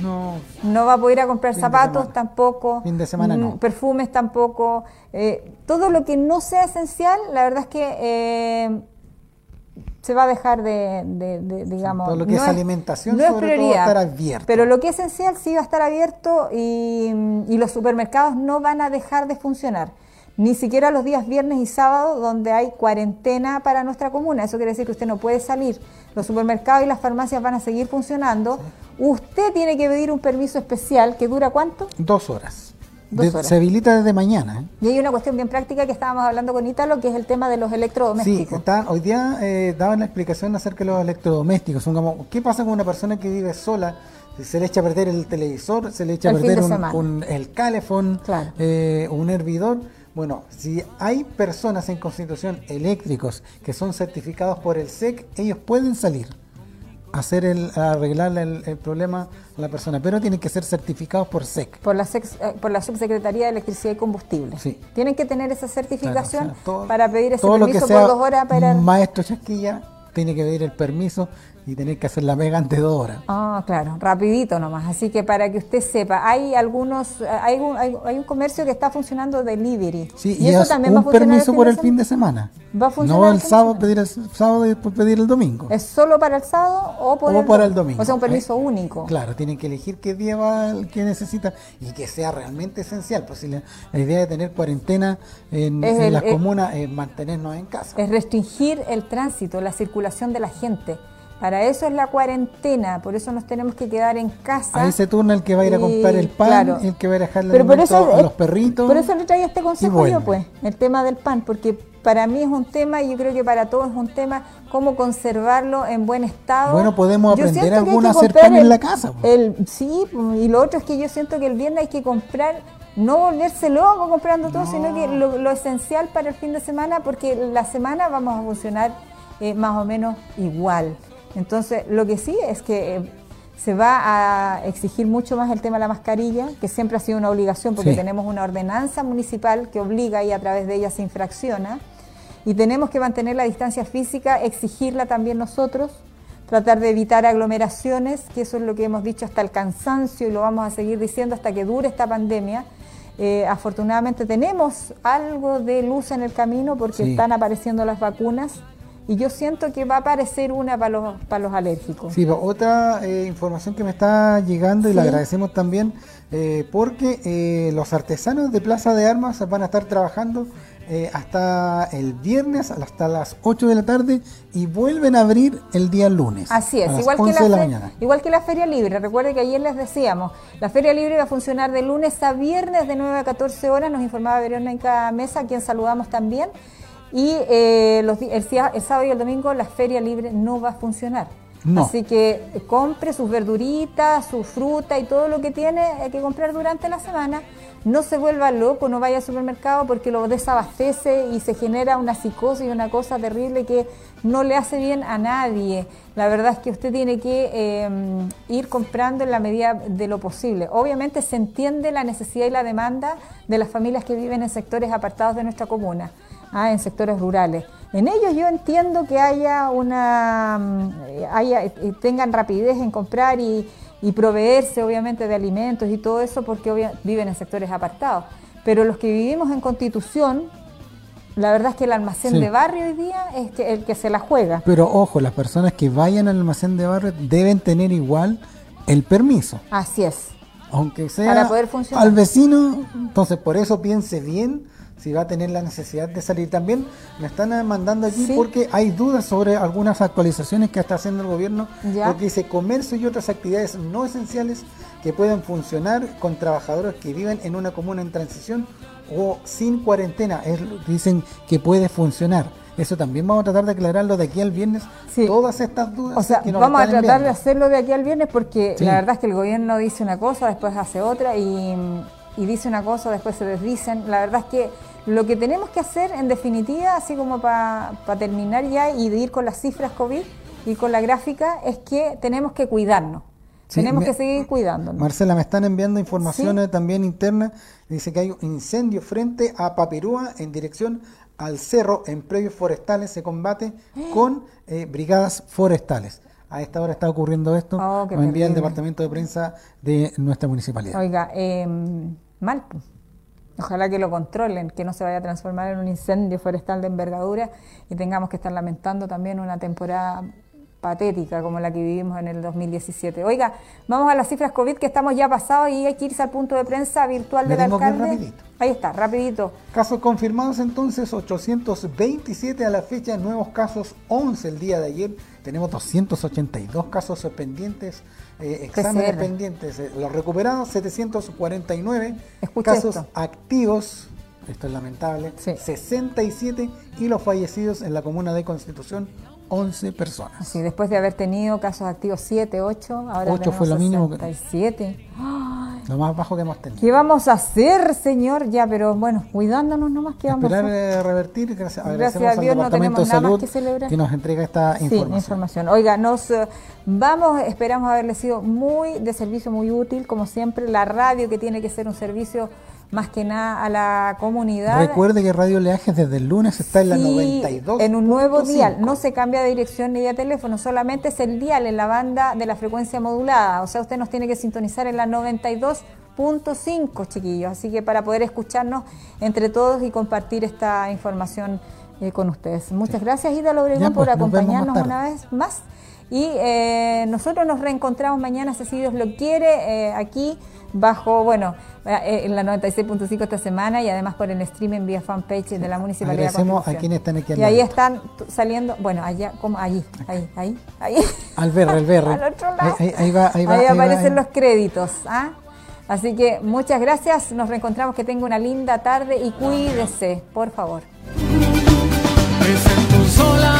Speaker 1: va a poder ir a comprar zapatos tampoco.
Speaker 2: Fin de semana no.
Speaker 1: Perfumes tampoco. Todo lo que no sea esencial, la verdad es que se va a dejar digamos...
Speaker 2: Todo lo que es alimentación,
Speaker 1: no es
Speaker 2: sobre
Speaker 1: prioridad,
Speaker 2: todo, estar abierto.
Speaker 1: Pero lo que es esencial sí va a estar abierto y los supermercados no van a dejar de funcionar. Ni siquiera los días viernes y sábados, donde hay cuarentena para nuestra comuna. Eso quiere decir que usted no puede salir. Los supermercados y las farmacias van a seguir funcionando. Sí. Usted tiene que pedir un permiso especial que dura ¿cuánto?
Speaker 2: 2 horas. Se habilita desde mañana.
Speaker 1: Y hay una cuestión bien práctica que estábamos hablando con Ítalo, que es el tema de los electrodomésticos.
Speaker 2: Sí, hoy día daban la explicación acerca de los electrodomésticos. Son como, ¿qué pasa con una persona que vive sola? Se le echa a perder el televisor, se le echa a perder el calefón, un hervidor. Bueno, si hay personas en Constitución eléctricos que son certificados por el SEC, ellos pueden salir. arreglarle el problema a la persona, pero tienen que ser certificados por SEC.
Speaker 1: Por la Subsecretaría de Electricidad y Combustible.
Speaker 2: Sí.
Speaker 1: Tienen que tener esa certificación,
Speaker 2: claro, o sea,
Speaker 1: para pedir ese
Speaker 2: todo
Speaker 1: permiso
Speaker 2: lo que sea
Speaker 1: por 2 horas para...
Speaker 2: maestro Chasquilla tiene que pedir el permiso y tener que hacer la pega antes de 2 horas.
Speaker 1: Ah, claro, rapidito nomás. Así que para que usted sepa, hay un comercio que está funcionando delivery.
Speaker 2: Sí,
Speaker 1: y eso
Speaker 2: es
Speaker 1: también
Speaker 2: un
Speaker 1: va a funcionar
Speaker 2: permiso por el fin de semana.
Speaker 1: Va a funcionar
Speaker 2: no el sábado, pedir el sábado y después pedir el domingo.
Speaker 1: ¿Es solo para el sábado o
Speaker 2: para el domingo?
Speaker 1: O sea, un permiso único.
Speaker 2: Claro, tienen que elegir qué día va el que necesita y que sea realmente esencial. Pues si la idea de tener cuarentena en las comunas es mantenernos en casa.
Speaker 1: Es restringir el tránsito, la circulación de la gente. Para eso es la cuarentena, por eso nos tenemos que quedar en casa.
Speaker 2: Ahí se turna el que va a ir a comprar el pan, claro, el que va a ir a dejarle a los perritos.
Speaker 1: Por eso le traía este consejo yo, pues, el tema del pan, porque para mí es un tema, y yo creo que para todos es un tema, cómo conservarlo en buen estado.
Speaker 2: Bueno, podemos aprender algunos a hacer pan en la casa.
Speaker 1: Sí, y lo otro es que yo siento que el viernes hay que comprar, no volverse loco comprando todo, sino que lo esencial para el fin de semana, porque la semana vamos a funcionar más o menos igual. Entonces, lo que sí es que se va a exigir mucho más el tema de la mascarilla, que siempre ha sido una obligación, porque tenemos una ordenanza municipal que obliga y a través de ella se infracciona, y tenemos que mantener la distancia física, exigirla también nosotros, tratar de evitar aglomeraciones, que eso es lo que hemos dicho hasta el cansancio y lo vamos a seguir diciendo hasta que dure esta pandemia. Afortunadamente tenemos algo de luz en el camino porque están apareciendo las vacunas. Y yo siento que va a aparecer una para los alérgicos.
Speaker 2: Sí, otra información que me está llegando y la agradecemos también, porque los artesanos de Plaza de Armas van a estar trabajando hasta el viernes, hasta las 8 de la tarde, y vuelven a abrir el día lunes.
Speaker 1: Así es, igual que la Feria Libre. Recuerde que ayer les decíamos, la Feria Libre va a funcionar de lunes a viernes de 9 a 14 horas, nos informaba Verónica Mesa, a quien saludamos también. Y el sábado y el domingo la Feria Libre no va a funcionar. No. Así que compre sus verduritas, su fruta y todo lo que tiene que comprar durante la semana. No se vuelva loco, no vaya al supermercado porque lo desabastece y se genera una psicosis y una cosa terrible que no le hace bien a nadie. La verdad es que usted tiene que ir comprando en la medida de lo posible. Obviamente se entiende la necesidad y la demanda de las familias que viven en sectores apartados de nuestra comuna. En sectores rurales. En ellos yo entiendo que tengan rapidez en comprar y proveerse obviamente de alimentos y todo eso porque viven en sectores apartados. Pero los que vivimos en Constitución, la verdad es que el almacén de barrio hoy día es el que se la juega.
Speaker 2: Pero ojo, las personas que vayan al almacén de barrio deben tener igual el permiso.
Speaker 1: Así es.
Speaker 2: Aunque sea
Speaker 1: para poder funcionar.
Speaker 2: Al vecino, entonces por eso piense bien si va a tener la necesidad de salir. También me están mandando aquí porque hay dudas sobre algunas actualizaciones que está haciendo el gobierno, porque dice comercio y otras actividades no esenciales que pueden funcionar con trabajadores que viven en una comuna en transición o sin cuarentena. Dicen que puede funcionar. Eso también vamos a tratar de aclararlo de aquí al viernes, todas estas dudas.
Speaker 1: O sea, vamos a tratar de hacerlo de aquí al viernes porque la verdad es que el gobierno dice una cosa, después hace otra y dice una cosa, después se desdicen. La verdad es que lo que tenemos que hacer, en definitiva, así como para terminar ya y de ir con las cifras COVID y con la gráfica, es que tenemos que cuidarnos. Tenemos que seguir cuidándonos.
Speaker 2: Marcela, me están enviando informaciones también internas. Dice que hay un incendio frente a Papirúa en dirección al cerro en predios forestales. Se combate con brigadas forestales. A esta hora está ocurriendo esto. Nos envía el departamento de prensa de nuestra municipalidad.
Speaker 1: Oiga, mal. Ojalá que lo controlen, que no se vaya a transformar en un incendio forestal de envergadura y tengamos que estar lamentando también una temporada patética como la que vivimos en el 2017. Oiga, vamos a las cifras COVID que estamos ya pasados y hay que irse al punto de prensa virtual del alcalde. Ahí está, rapidito.
Speaker 2: Casos confirmados entonces 827 a la fecha, nuevos casos 11 el día de ayer. Tenemos 282 casos pendientes, exámenes pendientes. Los recuperados 749, casos activos, esto es lamentable, 67 y los fallecidos en la comuna de Constitución 11 personas.
Speaker 1: Sí, después de haber tenido casos activos 7, 8, ahora
Speaker 2: 8 fue lo mínimo.
Speaker 1: 67.
Speaker 2: Lo más bajo que hemos tenido.
Speaker 1: ¿Qué vamos a hacer, señor? Ya, pero bueno, cuidándonos nomás, ¿qué vamos a hacer?
Speaker 2: Revertir, agradecemos
Speaker 1: Gracias a Dios
Speaker 2: al
Speaker 1: no
Speaker 2: Departamento
Speaker 1: tenemos
Speaker 2: de
Speaker 1: nada más
Speaker 2: Salud
Speaker 1: que celebrar.
Speaker 2: que nos entrega esta información.
Speaker 1: Oiga, nos vamos, esperamos haberle sido muy de servicio, muy útil, como siempre, la radio que tiene que ser un servicio más que nada a la comunidad.
Speaker 2: Recuerde que Radio Leajes desde el lunes está en la 92.
Speaker 1: En un nuevo dial, no se cambia de dirección ni de teléfono, solamente es el dial en la banda de la frecuencia modulada, o sea, usted nos tiene que sintonizar en la 92.5, chiquillos, así que para poder escucharnos entre todos y compartir esta información con ustedes. Muchas gracias, Ida Obregón, por acompañarnos una vez más. Y nosotros nos reencontramos mañana, si Dios lo quiere, aquí bajo, en la 96.5 esta semana y además por el streaming vía fanpage de la Municipalidad.
Speaker 2: Agradecemos a quienes están aquí al
Speaker 1: y
Speaker 2: lado.
Speaker 1: ahí están saliendo, allá, como ahí.
Speaker 2: Al ver.
Speaker 1: Al otro lado. Ahí aparecen los créditos. Así que muchas gracias, nos reencontramos, que tenga una linda tarde y cuídese, por favor.
Speaker 5: Presento sola